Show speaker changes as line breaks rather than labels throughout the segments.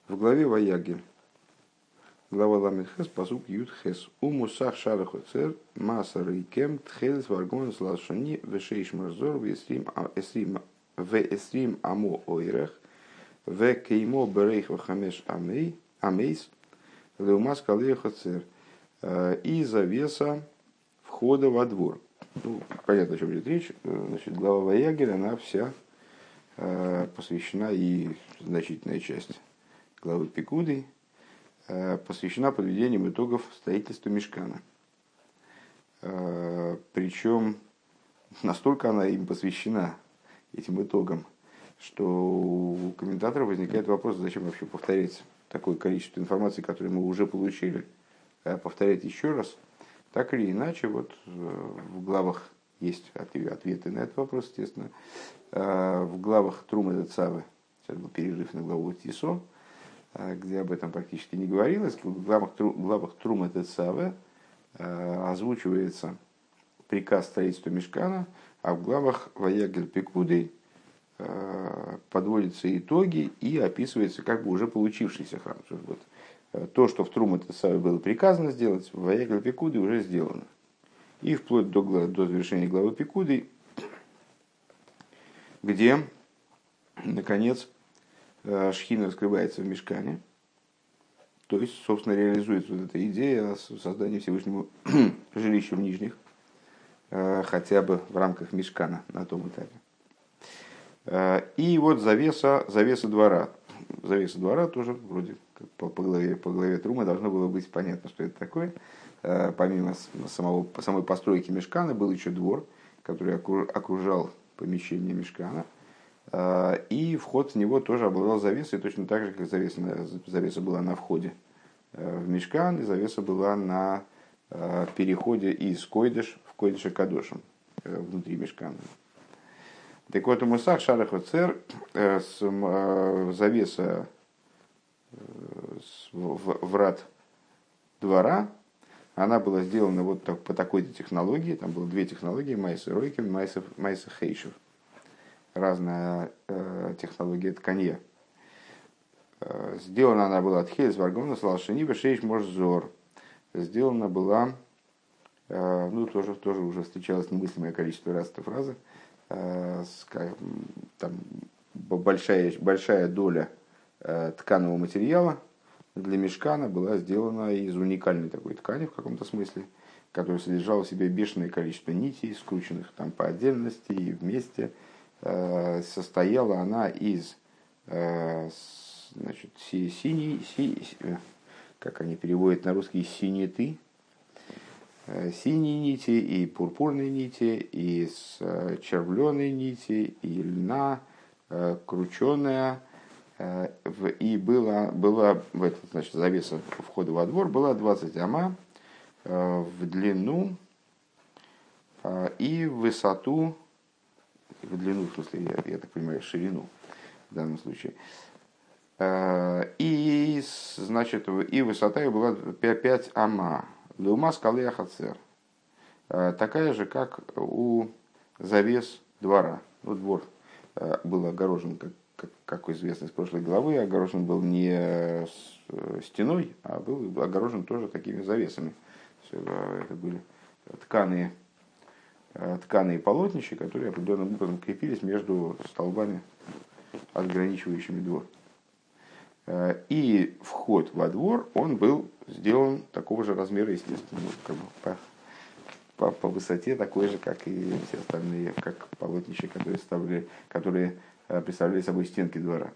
В главе Ваягель, глава Ламит Хес, пасук Ют Хес. У мусах шараху цер маса рейкем тхелес варгон слашани вешейш марзор в эсрим амо ойрех в кеймо берейх вахамеш амейс леумас калеха цер. И завеса входа во двор. Ну, понятно, о чем идет речь. Значит, глава Ваягель, она вся посвящена, и значительная часть главы Пекуды посвящена подведением итогов строительства Мишкана. Причем настолько она им посвящена, этим итогам, что у комментаторов возникает вопрос, зачем вообще повторять такое количество информации, которую мы уже получили, повторять еще раз. Так или иначе, вот в главах есть ответы на этот вопрос, естественно. В главах Трума де Цавы, сейчас был перерыв на главу Тисо, где об этом практически не говорилось, в главах Трума де Цавы озвучивается приказ строительства Мишкана, а в главах Ваягель Пекуды подводятся итоги и описывается как бы уже получившийся храм. Вот, то, что в Трума де Цавы было приказано сделать, в Ваягель Пекуды уже сделано. И вплоть до завершения главы Пекуды, где, наконец, Шхина раскрывается в Мишкане, то есть, собственно, реализуется вот эта идея о создании Всевышнего жилища в Нижних, хотя бы в рамках Мишкана на том этапе. И вот завеса двора. Завеса двора тоже вроде по главе Трума должно было быть понятно, что это такое. Помимо самой постройки Мишкана был еще двор, который окружал помещение Мишкана. И вход в него тоже обладал завесой, точно так же, как завеса была на входе в Мишкан, и завеса была на переходе из Койдыш в Койдыш Кадошим внутри Мишкана. Так вот, у Мусах Шараху Цер завеса врат двора, она была сделана вот так, по такой-то технологии. Там было две технологии: Майса Ройкин, Майса Хейшев. Разная технология тканья. Сделана она была от Хельс Варгона Слалшини Вешейш Морзор. Сделана была, ну тоже уже встречалось немыслимое количество раз эта фраза. Там большая доля тканого материала для Мишкана была сделана из уникальной такой ткани в каком-то смысле, которая содержала в себе бешеное количество нитей, скрученных там по отдельности и вместе. Состояла она из, значит, как они переводят на русский, синеты, синие нити и пурпурные нити, из червленой нити и льна, крученая. И была в этот, значит, завеса входа во двор была 20 ама в длину и в высоту, в длину, в смысле, я так понимаю, ширину в данном случае. И, значит, и высота ее была 5 ама. Леума скалы Ахацер. Такая же, как у завес двора. Ну, двор был огорожен, как известно из прошлой главы, огорожен был не стеной, а был огорожен тоже такими завесами. Это были тканые полотнища, которые определенным образом крепились между столбами, отграничивающими двор. И вход во двор, он был сделан такого же размера, естественно, как бы по высоте такой же, как и все остальные, как полотнища, которые представляли собой стенки двора.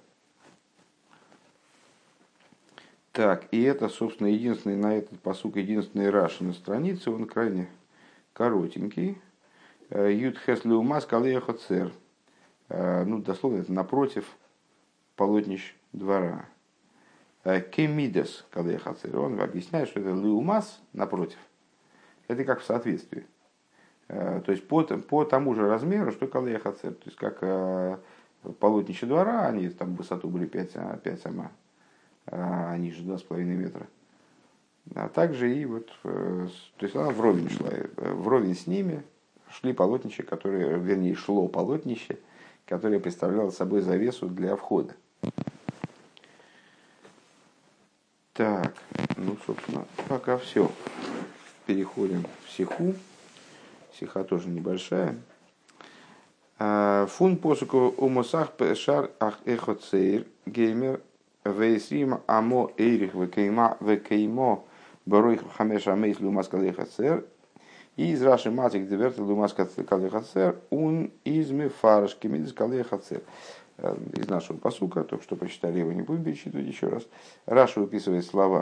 Так, и это, собственно, единственный на этот пасук, единственный раш на странице, он крайне коротенький. Ют Хеслю Мас Калеха Цер. Ну, дословно, это напротив полотнищ двора. Кемидес Калеха Цер. Он объясняет, что это Леумас напротив. Это как в соответствии. То есть по тому же размеру, что Калеха Цер. То есть как полотнища двора, они там в высоту были 5 ама, а ниже 2,5 метра. А также и вот, то есть она вровень шла, вровень с ними шли полотнища, шло полотнище, которое представляло собой завесу для входа. Так, ну, собственно, пока все. Переходим в сиху. Сиха тоже небольшая. Фун посуку умусах пешар ах эхоцейр геймер вейсрим амо эйрих векеймо баруих хамеша мейс лумас калехацер. И из Раши матик диверт лумас калехацер ун из мефарш кемидис калехацер. Из нашего пасука, только что прочитали его, не будем перечитывать еще раз. Раша выписывает слова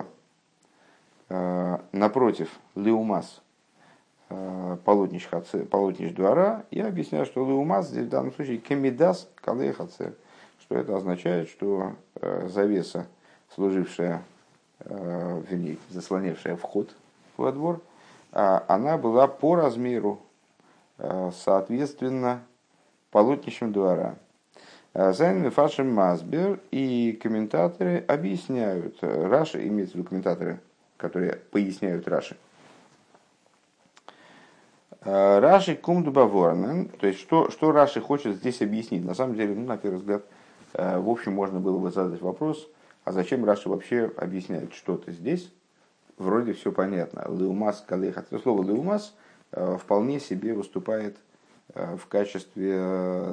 напротив леумас полотнищ двора. Я объясняю, что леумас здесь в данном случае кемидас калехацер, что это означает, что завеса, служившая, вернее, заслонявшая вход во двор, она была по размеру, соответственно, полотнищем двора. Зайн Фашем Масбер, и комментаторы объясняют Раши, имеется в виду комментаторы, которые поясняют Раши. Раши кумдубаворнен, то есть что Раши хочет здесь объяснить. На самом деле, на первый взгляд, в общем, можно было бы задать вопрос, а зачем Раши вообще объясняет что-то здесь? Вроде все понятно. Леумас калеха. Слово леумас вполне себе выступает в качестве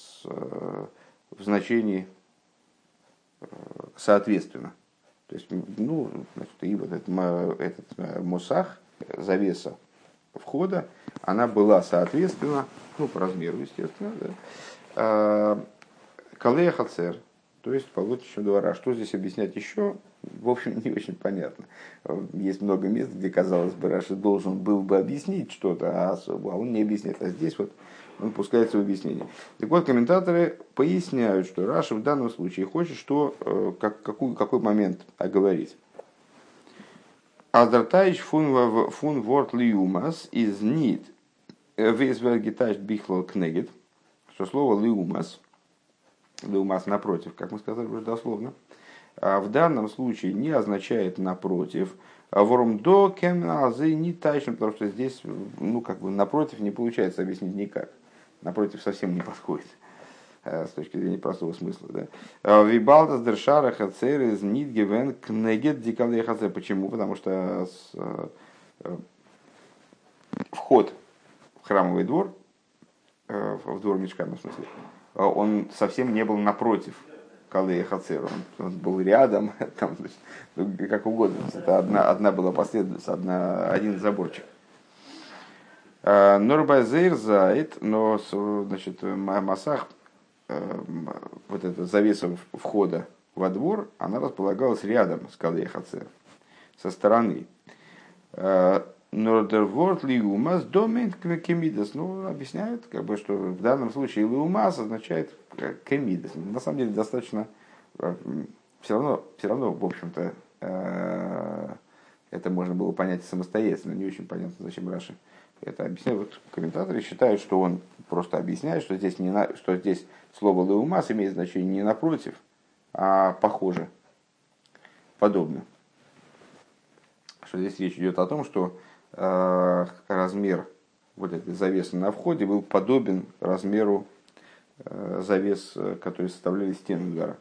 в значении соответственно. То есть, ну, значит, и вот этот мусах, завеса входа, она была соответственно, ну, по размеру, естественно, да, калея хацер, то есть полотнищем двора. Что здесь объяснять еще? В общем, не очень понятно. Есть много мест, где, казалось бы, Раши должен был бы объяснить что-то, а он не объясняет. А здесь вот он пускается в объяснение. Так вот, комментаторы поясняют, что Раши в данном случае хочет какой момент оговорить. Аздартайч фун ворт лиумас из нит вейсвергитайч бихлал кнегет, что слово лиумас, лиумас напротив, как мы сказали уже дословно, в данном случае не означает напротив, вормдо кемназы не тайшн, потому что здесь, ну, как бы напротив не получается объяснить никак. Напротив совсем не подходит с точки зрения простого смысла. Вибалдас дершара хацер из нидгевен кнегет дикалей хацер. Почему? Потому что вход в храмовый двор, в двор Мишкана, в смысле, он совсем не был напротив калея хацер. Он был рядом, там, значит, как угодно. Это одна была последовательность, один заборчик. Норбазейр зайд, но, значит, масах, вот эта завеса входа во двор, она располагалась рядом с калея хацер, со стороны. Нордерворд лиумас домен кемидас. Ну, объясняют, как бы, что в данном случае лиумас означает кемидас. На самом деле достаточно, все равно, в общем-то, это можно было понять самостоятельно. Не очень понятно, зачем Раши это объясняют. Вот комментаторы считают, что он просто объясняет, что здесь слово леумас имеет значение не напротив, а похоже, подобно. Что здесь речь идет о том, что размер вот этой завесы на входе был подобен размеру завес, которые составляли стены двора.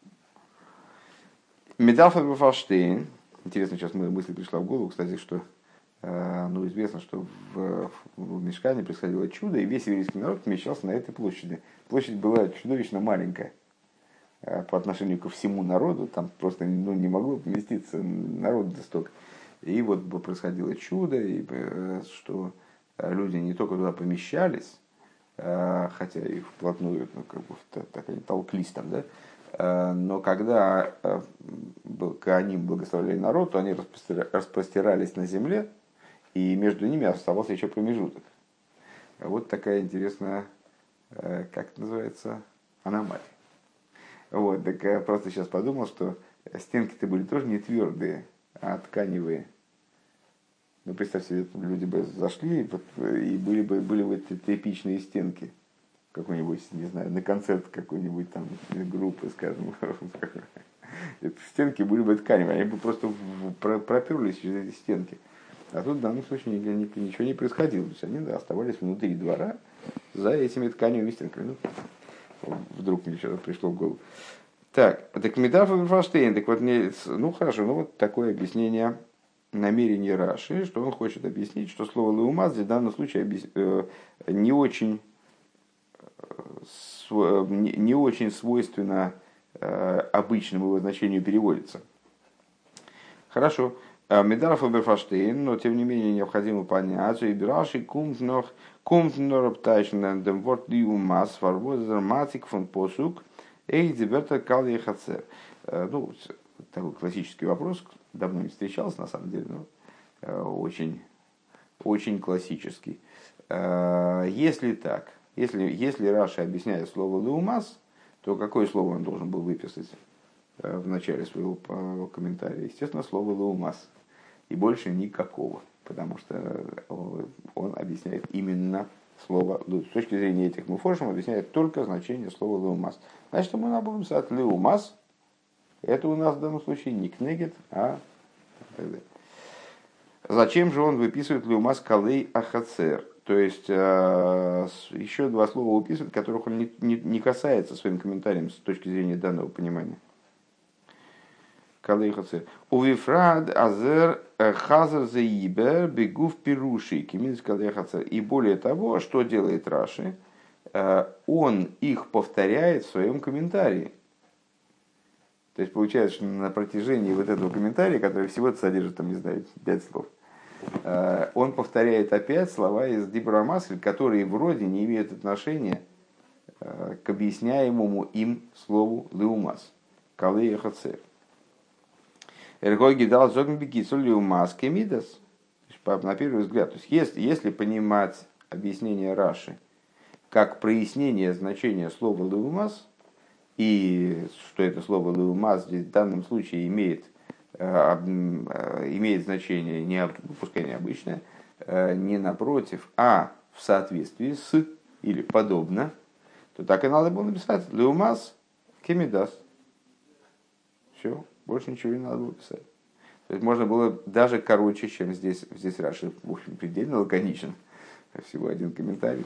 Медафа Бефаштейн. Интересно, сейчас мысль пришла в голову, кстати, что ну, известно, что в Мишкане происходило чудо, и весь еврейский народ помещался на этой площади. Площадь была чудовищно маленькая по отношению ко всему народу, там просто не могло поместиться народу столько. И вот происходило чудо, и, что люди не только туда помещались, хотя и вплотную, ну, как бы, так они толклись там, да, но когда коаним благословляли народ, то они распростирались на земле, и между ними оставался еще промежуток. Вот такая интересная, как это называется, аномалия. Вот, так я просто сейчас подумал, что стенки-то были тоже не твердые, а тканевые. Ну, представь себе, люди бы зашли, и были бы эти тряпичные стенки какой-нибудь, не знаю, на концерт какой-нибудь там группы, скажем. Стенки были бы тканевые, они бы просто проперлись через эти стенки. А тут в данном случае ничего не происходило. То есть они, да, оставались внутри двора за этими тканевыми стенками. Ну, вдруг мне что-то пришло в голову. Так, так Медар Фаберфаштейн, так вот, ну хорошо, ну вот такое объяснение намерения Раши, что он хочет объяснить, что слово леумаз в данном случае не очень, не очень свойственно обычному его значению переводится. Хорошо. Медар Фаберфаштейн, но тем не менее необходимо понять, что и Раши kommt nur abteichen dem Wort Liumas, verwurzelt Matik von Posuk, Эйдзиберта Калия Хацер. Ну, такой классический вопрос, давно не встречался, на самом деле, но очень, очень классический. Если так, если Раша объясняет слово «леумас», то какое слово он должен был выписать в начале своего комментария? Естественно, слово «леумас». И больше никакого, потому что он объясняет именно слово, с точки зрения этих муфоршим, объясняет только значение слова «леумас». Значит, мы будем писать «леумас». Это у нас в данном случае не кнегет, а так далее. Зачем же он выписывает «леумас калей ахацер»? То есть, еще два слова выписывает, которых он не касается своим комментарием с точки зрения данного понимания. Увифрад азер хазер заибер бегув пируши киминс калехацер. И более того, что делает Раши, он их повторяет в своем комментарии. То есть получается, что на протяжении вот этого комментария, который всего содержит, там, не знаю, 5 слов, он повторяет опять слова из Дибра Масль, которые вроде не имеют отношения к объясняемому им слову леумас, калехацер. Эргоги дал зогнбеки солью маски мидас. На первый взгляд, то есть если понимать объяснение Раши как прояснение значения слова леумас, и что это слово леумас здесь в данном случае имеет значение, пускай не обычное, не напротив, а в соответствии с или подобно, то так и надо было написать леумас кемидас. Все. Больше ничего не надо было писать. То есть можно было даже короче, чем здесь. Здесь Раши, в общем, предельно лаконичен. Всего один комментарий.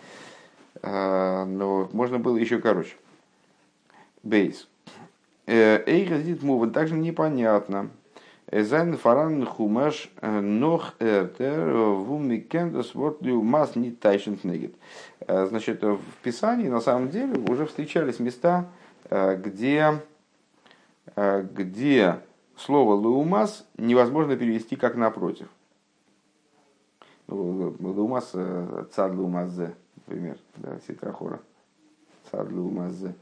Но можно было еще короче. Бейс. Эйгазит муван также непонятно. Зайн фаран хумаш нох эртер вумикендас вот мас не тайшент негет. Значит, в Писании на самом деле уже встречались места, где слово «леумас» невозможно перевести как «напротив». «Леумас» — «цад леумаззе», например, да, Ситрахора. «Цад леумаззе».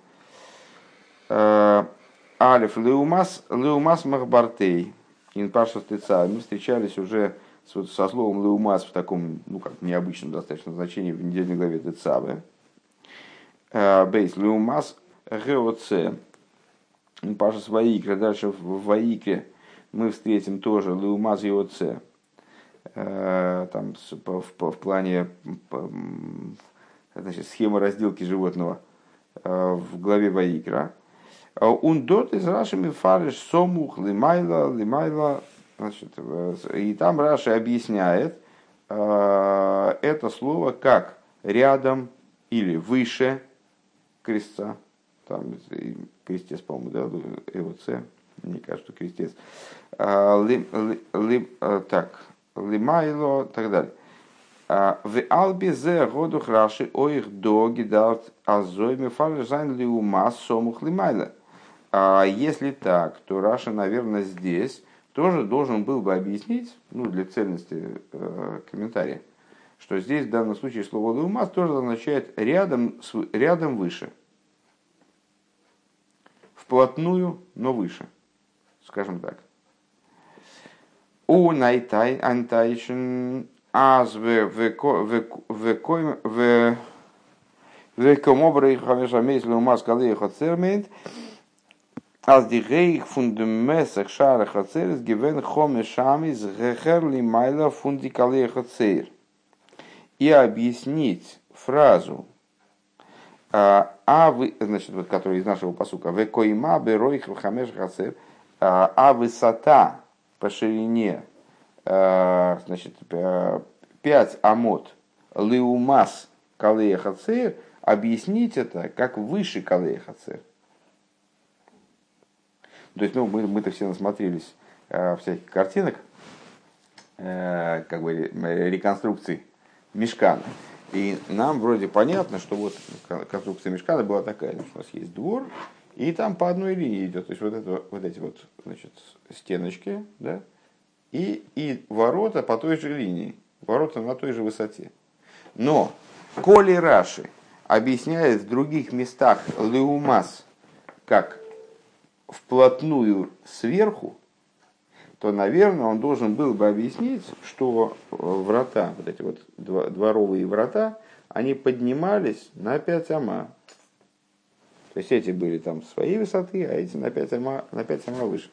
«Алеф леумас махбартей». «Инпаршас теца». Мы встречались уже со словом «леумас» в таком, ну, как необычном достаточно значении в недельной главе Тецаве. «Бейс леумас геоце». Паша Ваикра, дальше в Ваикре мы встретим тоже Леумаз и Оце, там в плане, значит, схемы разделки животного в главе Ваикра. Ундот из Рашами фариш сомух лимайла, значит, и там Раши объясняет это слово как рядом или выше крестца. Там крестец, по-моему, да, ЭОЦ, мне кажется, что крестец. Так, лимайло, так далее. В албизе годух Раши оих доги дат азойми фаржайн лиума сомух лимайла. Если так, то Раша, наверное, здесь тоже должен был бы объяснить, ну, для цельности комментария, что здесь в данном случае слово лиума тоже означает рядом выше. Вплотную, но выше, скажем так. У найтай антайшн аз векомобрей хамешамейслу маскалеха цермент аз дигейх фундамесах шараха церес гивен хомешамис гехерли майла фундикалеха цер. И объяснить фразу значит, вот, который из нашего пасука, векоима беройх хамеш хасер, высота по ширине, значит, 5 амот леумас калея хацер, объяснить это как выше калея хацер. То есть, мы-то все насмотрелись всяких картинок, как бы реконструкций Мишкана. И нам вроде понятно, что вот конструкция Мишкана была такая, что у нас есть двор, и там по одной линии идет. То есть вот эти вот, значит, стеночки, да, и ворота по той же линии, ворота на той же высоте. Но коли Раши объясняет в других местах леумас как вплотную сверху, то, наверное, он должен был бы объяснить, что врата, вот эти вот дворовые врата, они поднимались на 5 ама. То есть эти были там своей высоты, а эти на 5 ама выше.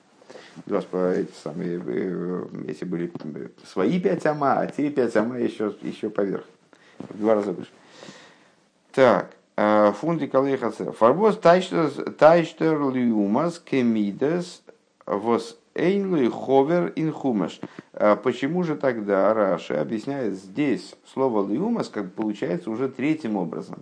Эти были свои 5 ама, а те 5 ама еще поверх. В 2 раза выше. Так. Фунди калейхацер. Фарбос тайштер лиумас кемидес вос эйнлы ховер инхумаш. Почему же тогда Раши объясняет здесь слово лиумас, как получается уже третьим образом?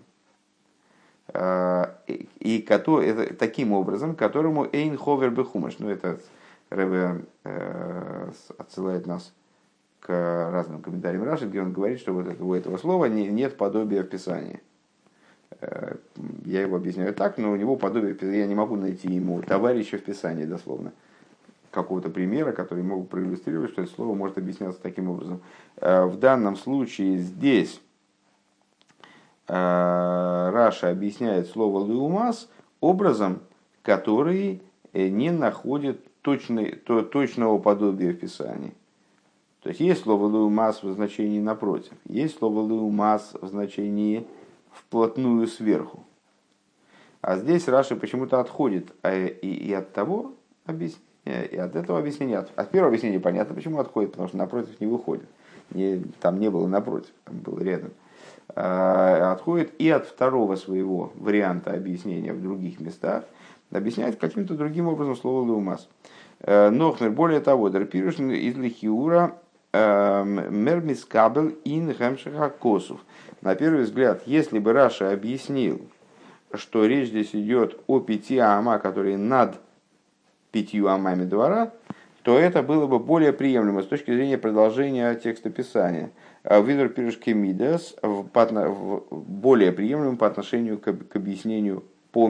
И это таким образом, которому эйн ховер бехумаш. Ну, это Ребе отсылает нас к разным комментариям Раши, где он говорит, что вот у этого слова нет подобия в Писании. Я его объясняю так, но у него подобие, я не могу найти ему товарища в Писании дословно, какого-то примера, который мог проиллюстрировать, что это слово может объясняться таким образом. В данном случае здесь Раша объясняет слово «леумас» образом, который не находит точного подобия в Писании. То есть есть слово «леумас» в значении «напротив», есть слово «леумас» в значении «вплотную сверху». А здесь Раши почему-то отходит и от того объяснения, и от этого объяснения. От первого объяснения понятно, почему отходит, потому что напротив не выходит. Там не было напротив, там было рядом. Отходит и от второго своего варианта объяснения в других местах, объясняет каким-то другим образом слово «леумас». Нохмер, более того, дерпирушн из лихиура мермискабел ин хэмшиха косов. На первый взгляд, если бы Раша объяснил, что речь здесь идет о 5 ама, которые над 5 амами двора, то это было бы более приемлемо с точки зрения продолжения текста Писания. Видер пирушки мидас более приемлемым по отношению к объяснению по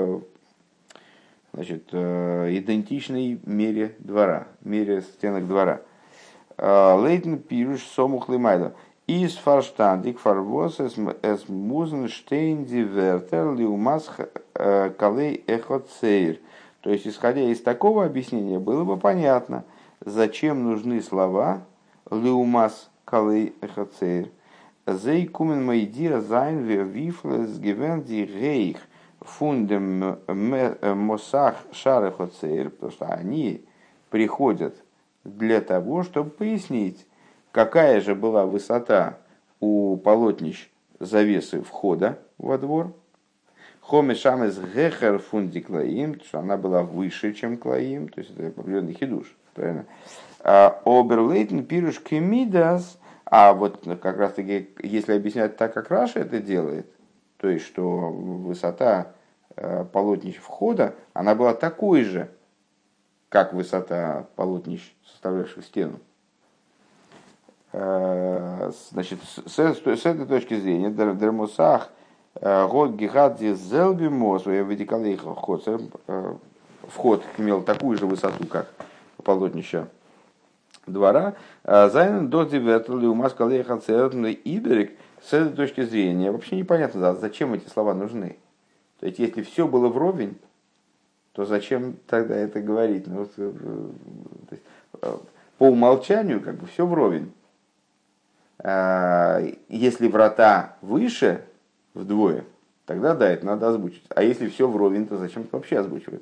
идентичной мере двора, мере стенок двора. Лейтен пируш сомух лимайда. Из фарштандик фарвос эс музенштейн дивертер лиумас калей эхоцейр. То есть, исходя из такого объяснения, было бы понятно, зачем нужны слова лиумас калей эхоцейр. Зей кумен майдир зайн вифлес гивен ди рейх фундем мосах шарехоцейр, потому что они приходят для того, чтобы пояснить, какая же была высота у полотнищ завесы входа во двор. Хомешамес гехер фунди клаим, что она была выше, чем клаим, то есть это определенный хидуш, правильно? Оберлейтен пируш кемидас, а вот как раз таки, если объяснять так, как Раша это делает, то есть что высота полотнищ входа, она была такой же, как высота полотнищ, составлявших стену. Значит, с этой точки зрения, дермусах, год гигадзи зелбимос, вход имел такую же высоту, как полотнище двора. Зайнен до дивертерли у маскалеха церный иберик. С этой точки зрения вообще непонятно, зачем эти слова нужны. То есть, если все было вровень, то зачем тогда это говорить? Ну, то есть, по умолчанию как бы все вровень. Если врата выше вдвое, тогда да, это надо озвучить. А если все вровень, то зачем это вообще озвучивать?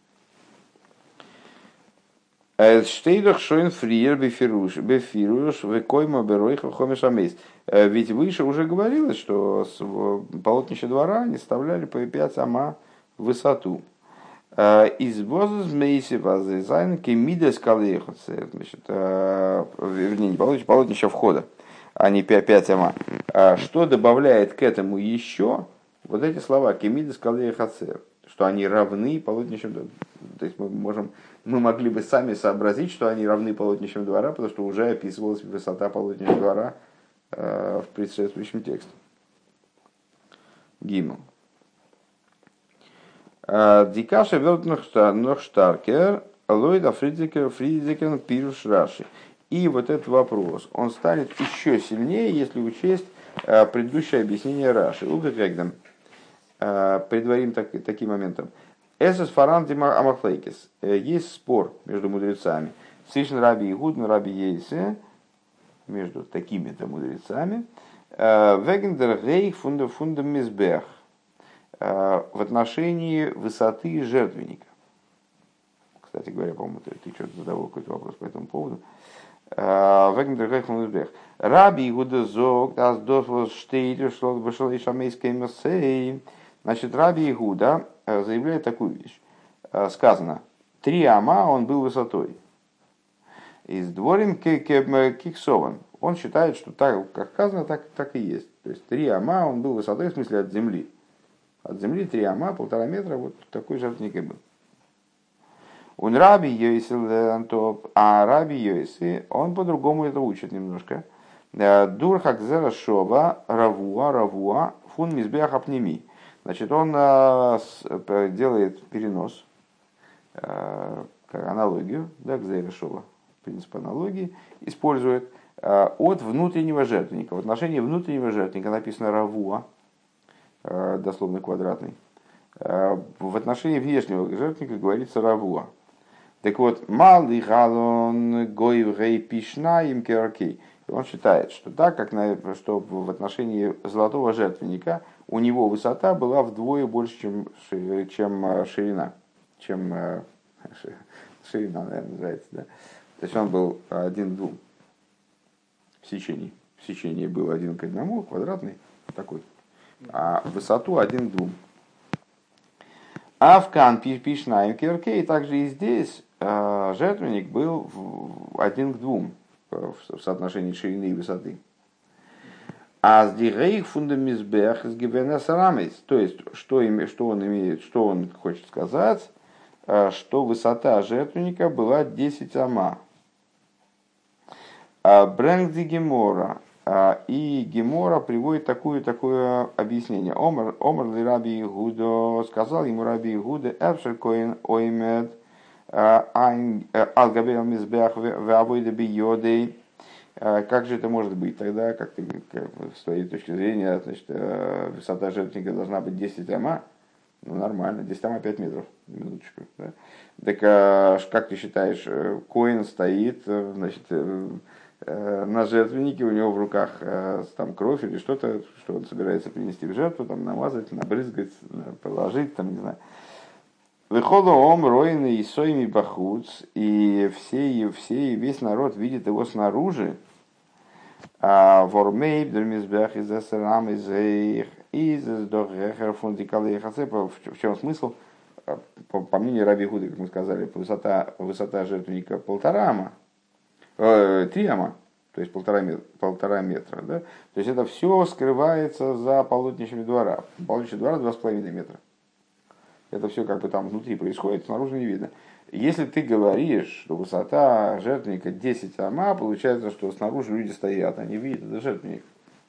Штейдах шоин фриер бефируш векойма беройха хомешамейс. Ведь выше уже говорилось, что полотнище двора они составляли по 5 ама высоту. Из боза змейси вазайзайн кемидес калейхоцер. Вернее, не полотнище входа, а не 5 ама. Что добавляет к этому еще вот эти слова кемидес калейхоцер, что они равны полотнищам То есть мы могли бы сами сообразить, что они равны полотнищам двора, потому что уже описывалась высота полотнища двора в предшествующем тексте. Гимн. Дикаша верт noch starker, Лойда Фридзикен пируш Раши. И вот этот вопрос, он станет еще сильнее, если учесть предыдущее объяснение Раши. Угрегдам. Предварим таким моментом. Эсэс фаран дима амахлейкис. Есть спор между мудрецами. Сишн раби Игуд на раби Ейсе, между такими-то мудрецами. Вегендер рейх фунда мизбех. В отношении высоты жертвенника. Кстати говоря, по-моему, ты что-то задавал какой-то вопрос по этому поводу. Вегендер рейх фунда мизбех. Раби Игуда зог, аз досвос штейтер, что вышел из шамейской мессей. Значит, Раби Игуда заявляет такую вещь. Сказано, 3 ама он был высотой. Из дворим киксован. Он считает, что так, как сказано, так и есть. То есть 3 ама он был высотой, в смысле от земли. От земли 3 ама, 1,5 метра, вот такой жертвенник и был. Он Раби Йоси, а Раби Йоси, он по-другому это учит немножко. Дурхак зерашова равуа фун мизбех апнеми. Значит, он делает перенос, аналогию, да, к зерашова, принцип аналогии, использует от внутреннего жертвенника. В отношении внутреннего жертвенника написано равуа, дословно квадратный. В отношении внешнего жертвенника говорится равуа. Так вот, малый галон гойврей пишна им керкей. Он считает, что так как что в отношении золотого жертвенника у него высота была вдвое больше, чем ширина. Ширина, наверное, называется. Да? То есть он был 1 к 2 в сечении. В сечении был 1 к 1, квадратный такой. А высоту 1 к 2. Авкан пишна им керкей. Также и здесь жертвенник был 1 к 2 в соотношении ширины и высоты. А с дирейх фундамизбех с гибенесарамис. То есть, что он имеет, что он хочет сказать, что высота жертвенника была 10 ама. Брэнгди Гемора. И Гемора приводит такое объяснение. Омар ли Раби Игудо, сказал ему Раби Игудо, Эпшер коин оймед, Алгабел мизбех веавойда биодей. Как же это может быть? Тогда, как ты, с твоей точки зрения, значит, высота жертвенника должна быть 10 ама. Ну, нормально, 10 ама 5 метров. Минуточку. Да? Так как ты считаешь, коин стоит, значит, на жертвеннике, у него в руках там кровь или что-то, что он собирается принести в жертву, там, намазать, набрызгать, положить, там, не знаю. Выходом роины и сойми бахуц, и весь народ видит его снаружи. Вормей, дермизбех из эсерам из их из дохер фундикалы хацепа. В чем смысл? По мнению Раби Игуды, как мы сказали, высота жертвенника 1,5 ама, 3 ама, то есть 1,5 метра. Да? То есть это все скрывается за полотнищами двора. Полотнище двора 2,5 метра. Это все как бы там внутри происходит, снаружи не видно. Если ты говоришь, что высота жертвенника 10 ама, получается, что снаружи люди стоят, они видят, это жертвенник.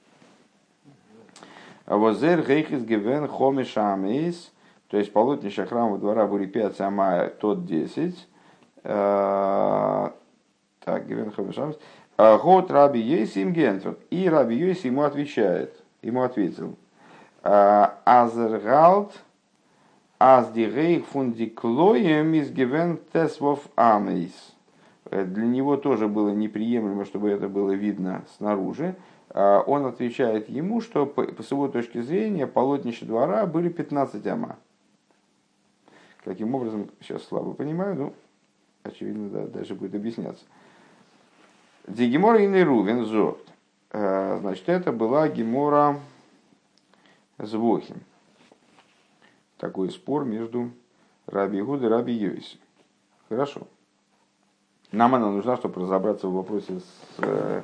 Возер гейхис гевен хомишамис, то есть полотнища храмового двора были 5 ама, тот 10. Так, гевен хомишамис. Год Раби Йоси им гентвот. И Раби Йоси ему ответил. Азергалт Аз дирейх фундиклоем из гивен тесвов амейс. Для него тоже было неприемлемо, чтобы это было видно снаружи. Он отвечает ему, что с его точки зрения полотнища двора были 15 ама. Каким образом, сейчас слабо понимаю, но очевидно, да, дальше будет объясняться. Дигемора и Нерувен зот. Значит, это была Гемора Звохим. Такой спор между Раби Игудой и Раби Йоси. Хорошо. Нам она нужна, чтобы разобраться в вопросе с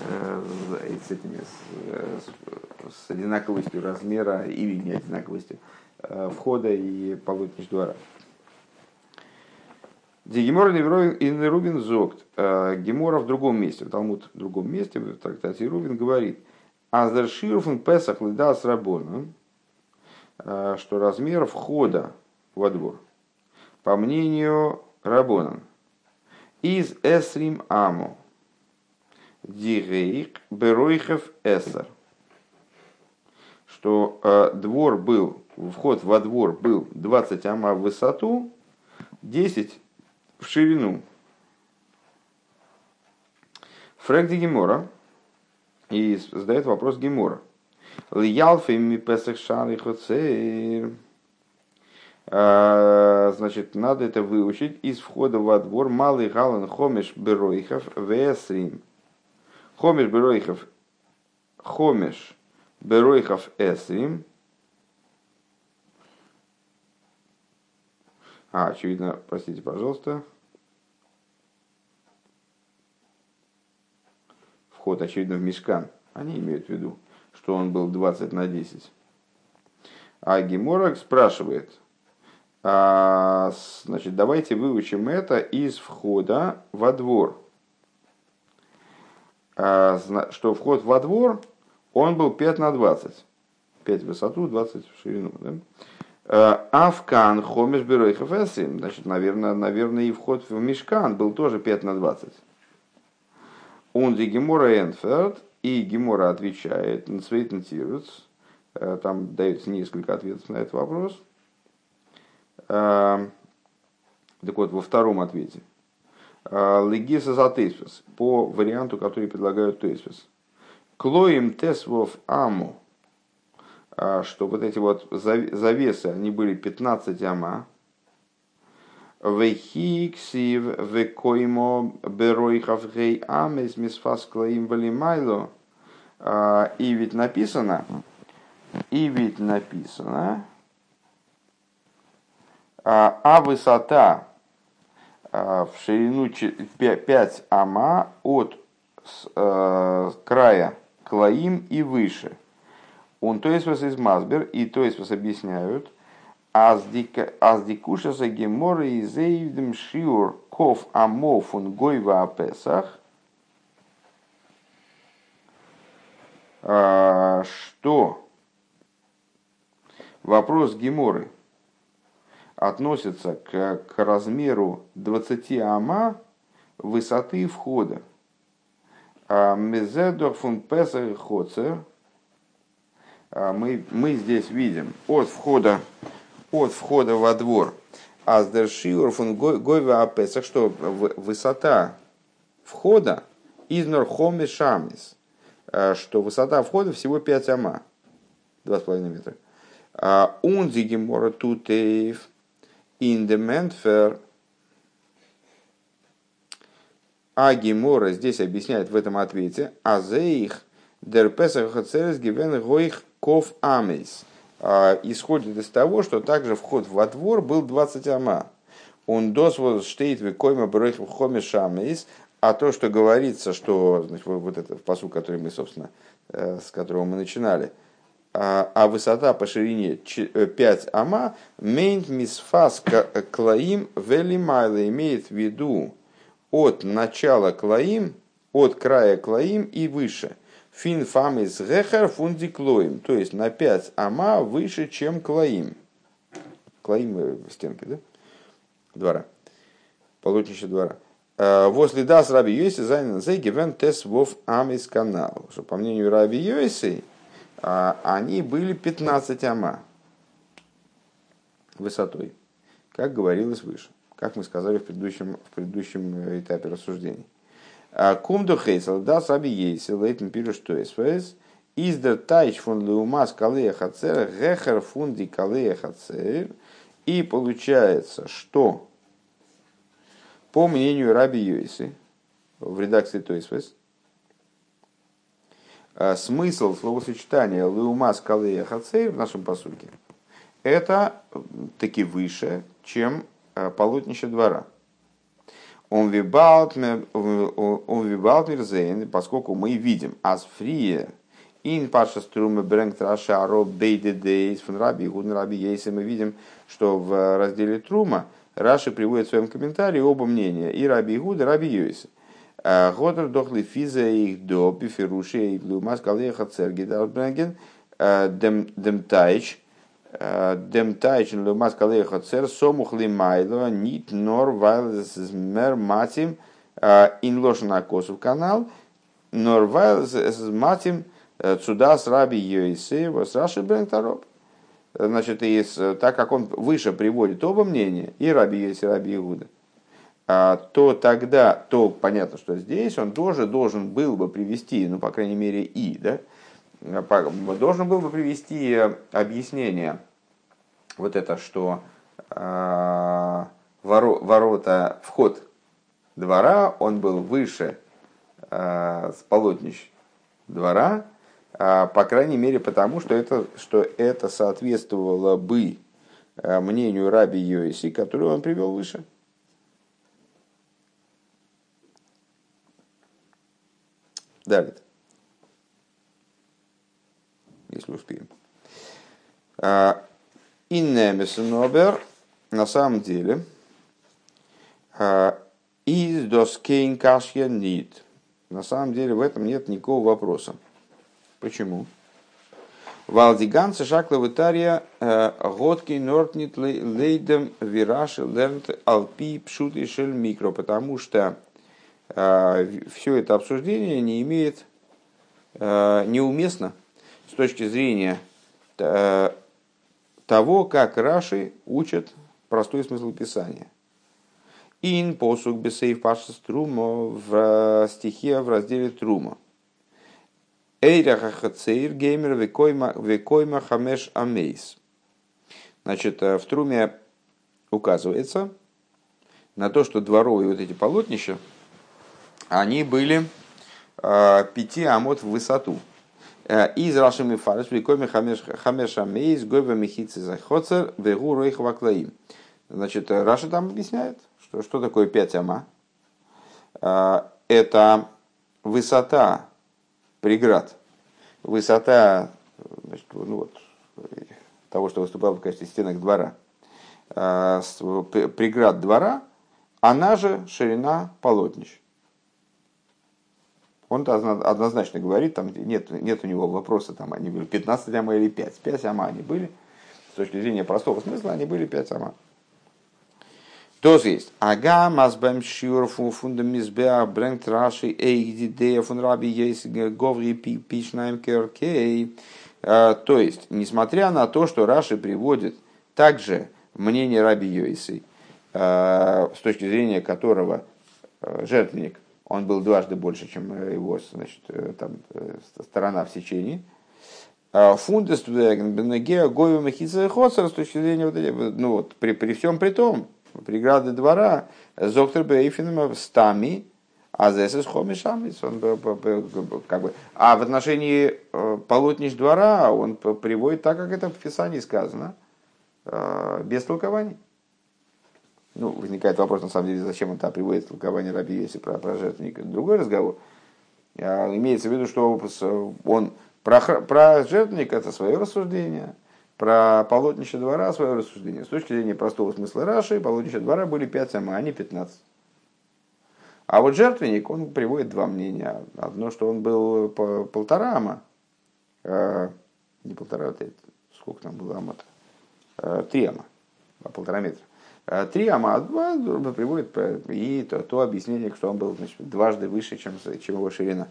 одинаковостью размера или неодинаковостью входа и полотнищ двора. Гемора и Рубин зогт. Гемора в другом месте, в Талмуд в другом месте, в трактате Рубин говорит, Азерширфун Песах лидас рабона, что размер входа во двор, по мнению Рабонан, из эсрим аму, дигейк беройхев эсер, что двор был, вход во двор был 20 ама в высоту, 10 в ширину. Фрэг де Гемора, и задает вопрос Гемора. Значит, надо это выучить из входа во двор. Малый галан хомеш беройхов весрим. Хомеш беройхов эсрим. Очевидно, простите, пожалуйста. Вход, очевидно, в Мишкан. Они имеют в виду, что он был 20 на 10. А Гемора спрашивает, значит, давайте выучим это из входа во двор. Что вход во двор, он был 5 на 20. 5 в высоту, 20 в ширину. Да? Авкан хомеш беройхов эсрим. Значит, наверное, и вход в Мишкан был тоже 5 на 20. Он ди Гемора энферт, и Гемора отвечает, там дается несколько ответов на этот вопрос. Так вот, во втором ответе. Легиса за Тейсвес, по варианту, который предлагают Тейсвес. Клоим тесвов аму, что вот эти вот завесы, они были 15 ама. Вехиксив векоймо беройхав гей амес мисфас клоим валимайло. И ведь написано, а высота в ширину 5 ама от края клоим и выше. Он то есть вас из Масбер, и то есть вас объясняют, аздикушаса гемора и зейвдем шиур ков амофун гойва апесах, что вопрос геморы относится к размеру 20 ама высоты входа. Мезедор фун песах хоцер. Мы здесь видим от входа во двор. Аздершиур фун гойва апесах, что высота входа из норхоми шамис, что высота входа всего 5 ама, 2,5 метра. Унзи гемора тутейв in the Mentfer, а Гемора здесь объясняет в этом ответе, азеих дер песах хацерес гивен гоих ков амейс, исходит из того, что также вход во двор был 20 ама. Он досвоз штейт векойма бройх хоме шамейс, а то, что говорится, что, значит, вот этот пасук, который мы, собственно, с которого мы начинали, а высота по ширине 5 ама, мейнт мисфас клаим велимайла, имеет в виду от начала клаим, от края клаим и выше. Фин фамис гехер фунди клоим, то есть на 5 ама выше, чем клаим. Клаим стенки, да? Двора. Полотнище двора. Возле дас Раби Йоси зайнен зей гивен тес вов амис канал. Что по мнению Раби Йоси, они были 15 ама высотой, как говорилось выше, как мы сказали в предыдущем этапе рассуждений. Кумду хейсел дас Раби Йоси лейтен пиру что эсвэс издер тайч фун леумас калея хацер гехер фунди калея хацер. И получается, что по мнению Раби Йоси в редакции Тойсвес, смысл словосочетания «леумас калея хацейр» в нашем пасуке это таки выше, чем полотнище двора. Он вибалт мирзейн, поскольку мы видим асфрие ин паша струме брэнгт раша роб бейде дейс фун Раби Гудн Раби Йоси, мы видим, что в разделе Трума Раши приводит в своем комментарии оба мнения, и Раби Игуда, и Раби Йоси. Годер дохли физа их до биферуши их лумас калеха церги дарбренген демтайч лумас калеха цер сомухли майло нит нор вайлзмер матим ин лошна косов канал нор вайлзматим цудас Раби Йоси вас Раши брентароб. Значит, так как он выше приводит оба мнения, и Раби Йоси, и Раби Игуда, то тогда, то понятно, что здесь он тоже должен был бы привести, ну, по крайней мере, да, должен был бы привести объяснение, вот это, что ворота, вход двора, он был выше с полотнищ двора, по крайней мере, потому что это соответствовало бы мнению Раби Йоси, которое он привел выше. Далее, если успеем. Иннемесенобер, на самом деле, из доскейн кашья нит. На самом деле в этом нет никакого вопроса. Почему? Валдиганцы шакла витария годки нортнит лейдем вираши лернт алпи пшуты шель микро, потому что все это обсуждение не имеет, неуместно с точки зрения того, как Раши учат простой смысл Писания. Ин посук бесейв пашас трумо в стихе в разделе Трума. Эйрах хацеир геймер векойма хамеш амейс. Значит, в Труме указывается на то, что дворовые вот эти полотнища, они были 5 амот в высоту. Из Рашими фарш векойма хамеш амейс гойва мехицы захоцер вегу ройх ваклаим. Значит, Раша там объясняет, что такое 5 ама. Это высота преград, высота, значит, ну вот, того, что выступало в качестве стенок двора, преград двора, она же ширина полотнищ. Он однозначно говорит, там нет у него вопроса, там они были 15 ама или 5. 5 ама они были. С точки зрения простого смысла они были 5 ама. То есть, ага, мазбэм шюр фундамизбеа брэнкт раши эйдидея фун раби ейс говри пишнаем керкей. То есть, несмотря на то, что Раши приводит также мнение раби Йоси, с точки зрения которого жертвенник, он был дважды больше, чем его, значит, там, сторона в сечении. Фундествеген бенегеа гойва махица хоцер, с точки зрения вот этих, ну вот, при всем при том, преграды двора, зоктор бейфином стами, а зесес хомишамис, как бы, а в отношении полотнищ двора он приводит так, как это в Писании сказано, без толкований. Ну, возникает вопрос, на самом деле, зачем он там приводит толкование раби Йоси про жертвенника. Другой разговор. Имеется в виду, что он про жертвенника это свое рассуждение, про полотнище двора свое рассуждение. С точки зрения простого смысла Раши, полотнища двора были 5 ама, а не 15. А вот жертвенник, он приводит 2 мнения. Одно, что он был 1,5 ама, не 1,5, сколько там было ама-то? 3 ама, 1,5 метра. 3 ама, а 2 приводит и то объяснение, что он был, значит, дважды выше, чем его ширина.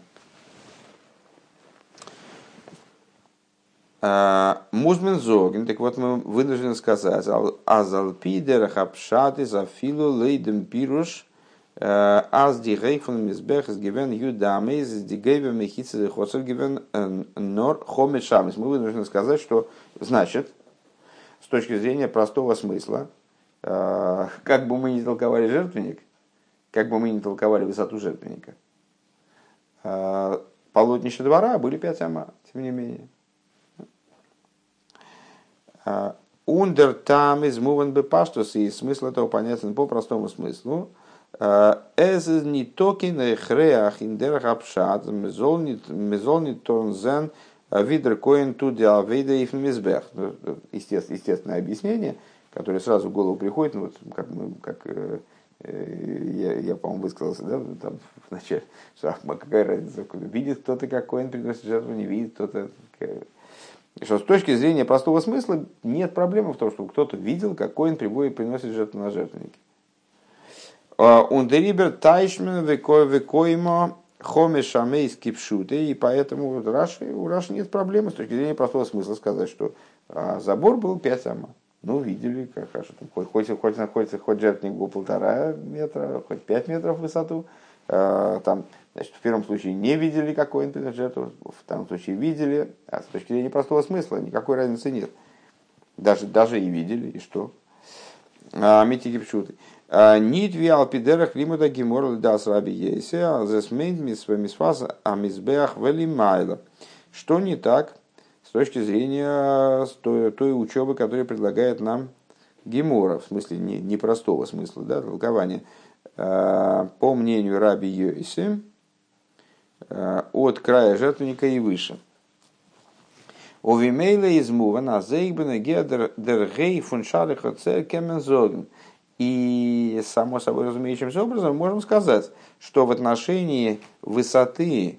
Музмен зоген, так вот мы вынуждены сказать, азалпидер хапшаты зафилу лейдем пируш аз дигейфун мизбехс гивен юдамейс дигейве мехицы хоцер гивен нор хомешамис. Мы вынуждены сказать, что значит, с точки зрения простого смысла, как бы мы ни толковали жертвенник, как бы мы ни толковали высоту жертвенника, полотнища двора были 5 ама, тем не менее. Ундер там из мувен бепаштус, и смысл этого понятен по простому смыслу. Эз не токин хреах индерах апшат мезолнит торнзен видер коин ту диавейда их мизбех. Естественное объяснение. которое сразу в голову приходит, ну, вот, я, по-моему, высказался, да, там в начале, что какая разница, видит кто-то, как коэн приносит жертву, не видит кто-то. Что с точки зрения простого смысла нет проблемы в том, что кто-то видел, как коэн приносит жертву на жертвенники. Ундерибер тайшмен векоймо хоме шамейски пшуты, и поэтому у Раши нет проблемы с точки зрения простого смысла сказать, что забор был 5 ама. Ну, видели, как хорошо. Хоть жертвенник был 1,5 метра, хоть 5 метров в высоту. Там, значит, в первом случае не видели, какой он приносит жертву, в втором случае видели. А с точки зрения простого смысла никакой разницы нет. Даже и видели, и что? Митики пшуты. Нит виал пидерах лимуда гемор лдас раби ейсе, зесмейн мисфаз амизбеах велимайла. Что не так с точки зрения той учебы, которую предлагает нам Гемора, в смысле непростого смысла, да, толкования. По мнению раби Йоиси, от края жертвенника и выше. Овимейла из Мувана, Зейгбена Гедергей фуншалиха цер кемензоген. И, само собой разумеющимся образом, можем сказать, что в отношении высоты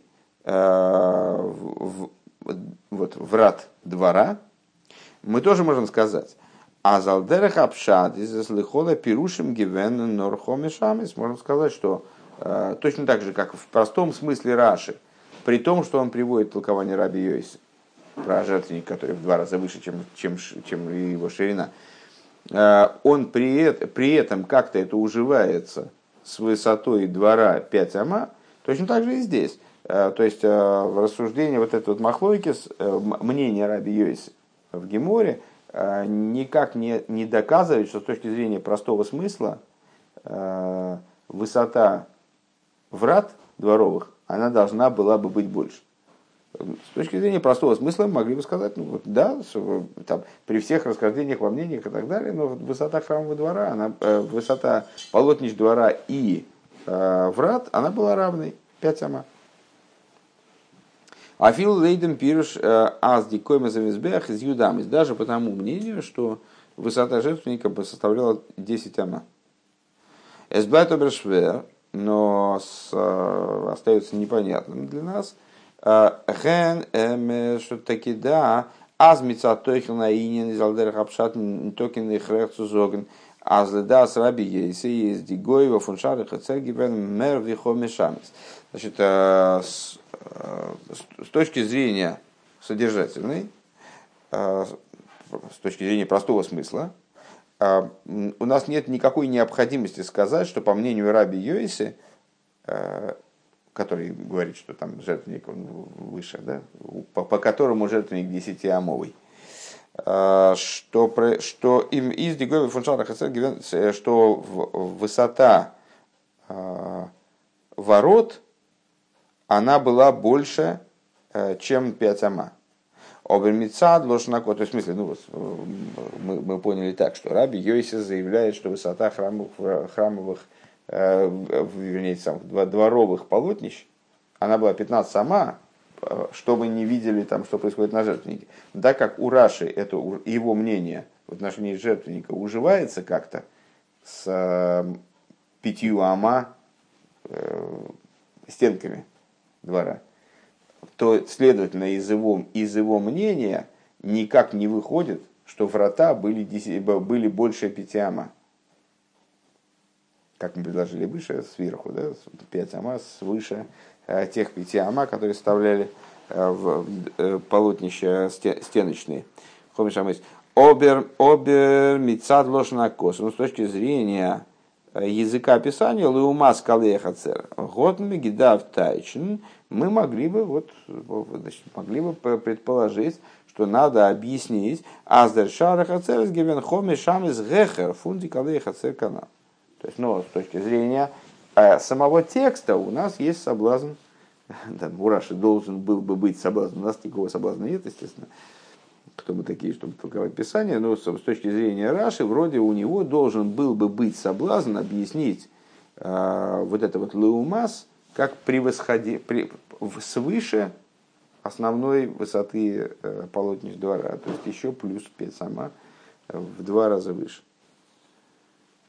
врат двора, мы тоже можем сказать, Азалдерах апшат из лихола пирушим гивен норхоми шамис. Можем сказать, что точно так же, как в простом смысле Раши, при том, что он приводит толкование раби Йоиси про жертвенник, который в 2 раза выше, чем его ширина, он при этом как-то это уживается с высотой двора 5 ама, точно так же и здесь. То есть в рассуждении вот этой вот махлойкис, мнение раби Йоиси в Геморе никак не доказывает, что с точки зрения простого смысла высота врат дворовых, она должна была бы быть больше. С точки зрения простого смысла мы могли бы сказать, ну вот, да, там, при всех расхождениях во мнениях и так далее, но высота храмового двора, высота полотнищ двора и врат, она была равной 5 ама. Афил лейдем пируш аз дикойма завизбех из юдамис, даже по тому мнению, что высота жертвенника составляла 10 ама. Эсбайт обершвер, но остается непонятным для нас. Ген что таки да, аз мица тойхел на инин из алдерах апшат токен их рехцу зоген, аз ледас раби ейси из дигоева фуншарых цергибен мер вихомешамис. Значит, с точки зрения содержательной, с точки зрения простого смысла, у нас нет никакой необходимости сказать, что по мнению раби Йоиси, который говорит, что там жертвенник выше, да, по которому жертвенник 10-амовый, что им из Дигоева фуншарах что высота ворот она была больше, чем 5 ама. Обермицад лошнако, то есть в смысле, ну вот мы поняли так, что раби Йоиси заявляет, что высота храмовых вернее, дворовых полотнищ, она была 15 ама, чтобы не видели, там, что происходит на жертвеннике. Так как у Раши это его мнение в отношении жертвенника уживается как-то с 5 ама стенками двора, то, следовательно, из его мнения никак не выходит, что врата были больше 5 ама. Как мы предложили выше, сверху, да, 5 ама свыше тех 5 ама, которые составляли полотнища стеночные. Обер мицад лошна кос. С точки зрения языка писания, леума скалеха цер, готми гидав тайчен, мы могли бы предположить, что надо объяснить аздер шараха цер с гивен хоми шамис гехер фунди калеха цер канал. То есть, ну, с точки зрения самого текста у нас есть соблазн. Да, у Раши должен был бы быть соблазн. У нас никакого соблазна нет, естественно. Кто мы такие, чтобы толковать Писание. Но с точки зрения Раши, вроде у него должен был бы быть соблазн объяснить вот это вот леумас как свыше основной высоты полотнищ двора. То есть еще плюс 5 ама в 2 раза выше.